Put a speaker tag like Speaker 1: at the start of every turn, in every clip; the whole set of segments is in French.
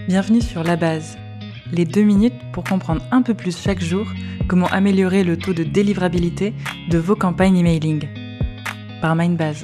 Speaker 1: Bienvenue sur La Base, les 2 minutes pour comprendre un peu plus chaque jour comment améliorer le taux de délivrabilité de vos campagnes emailing. Par Mindbase.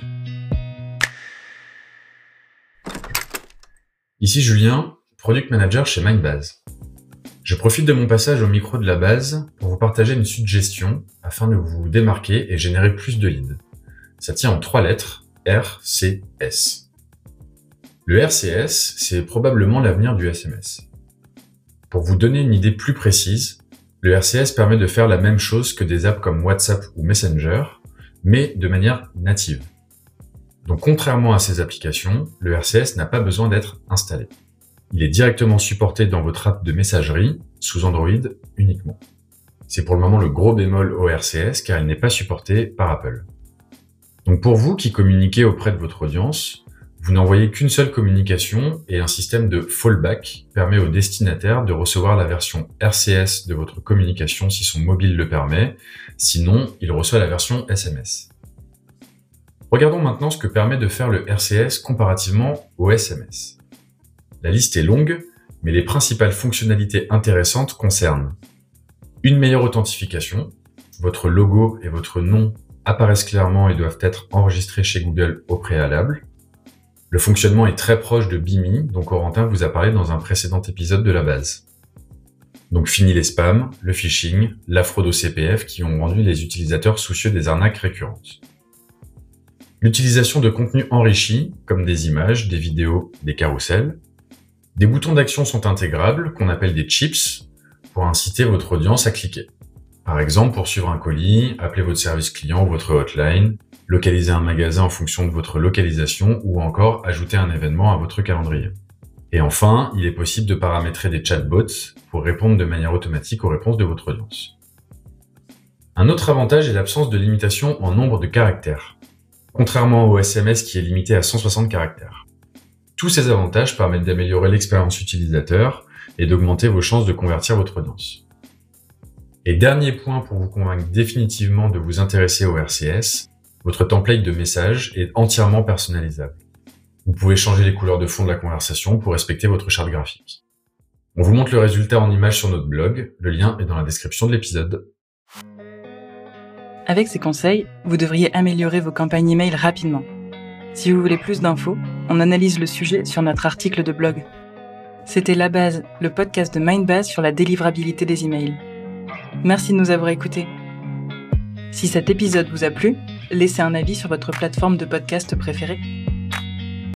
Speaker 2: Ici Julien, Product Manager chez Mindbase. Je profite de mon passage au micro de La Base pour vous partager une suggestion afin de vous démarquer et générer plus de leads. Ça tient en 3 lettres, RCS. Le RCS, c'est probablement l'avenir du SMS. Pour vous donner une idée plus précise, le RCS permet de faire la même chose que des apps comme WhatsApp ou Messenger, mais de manière native. Donc contrairement à ces applications, le RCS n'a pas besoin d'être installé. Il est directement supporté dans votre app de messagerie, sous Android uniquement. C'est pour le moment le gros bémol au RCS car il n'est pas supporté par Apple. Donc pour vous qui communiquez auprès de votre audience, vous n'envoyez qu'une seule communication et un système de fallback permet au destinataire de recevoir la version RCS de votre communication si son mobile le permet, sinon il reçoit la version SMS. Regardons maintenant ce que permet de faire le RCS comparativement au SMS. La liste est longue, mais les principales fonctionnalités intéressantes concernent une meilleure authentification, votre logo et votre nom apparaissent clairement et doivent être enregistrés chez Google au préalable. Le fonctionnement est très proche de Bimi, dont Corentin vous a parlé dans un précédent épisode de La Base. Donc fini les spams, le phishing, la fraude au CPF qui ont rendu les utilisateurs soucieux des arnaques récurrentes. L'utilisation de contenus enrichis, comme des images, des vidéos, des carousels. Des boutons d'action sont intégrables, qu'on appelle des chips, pour inciter votre audience à cliquer. Par exemple, pour suivre un colis, appeler votre service client ou votre hotline, localiser un magasin en fonction de votre localisation ou encore ajouter un événement à votre calendrier. Et enfin, il est possible de paramétrer des chatbots pour répondre de manière automatique aux réponses de votre audience. Un autre avantage est l'absence de limitation en nombre de caractères, contrairement au SMS qui est limité à 160 caractères. Tous ces avantages permettent d'améliorer l'expérience utilisateur et d'augmenter vos chances de convertir votre audience. Et dernier point pour vous convaincre définitivement de vous intéresser au RCS, votre template de message est entièrement personnalisable. Vous pouvez changer les couleurs de fond de la conversation pour respecter votre charte graphique. On vous montre le résultat en image sur notre blog, le lien est dans la description de l'épisode.
Speaker 1: Avec ces conseils, vous devriez améliorer vos campagnes email rapidement. Si vous voulez plus d'infos, on analyse le sujet sur notre article de blog. C'était La Base, le podcast de Mindbase sur la délivrabilité des emails. Merci de nous avoir écoutés. Si cet épisode vous a plu, laissez un avis sur votre plateforme de podcast préférée.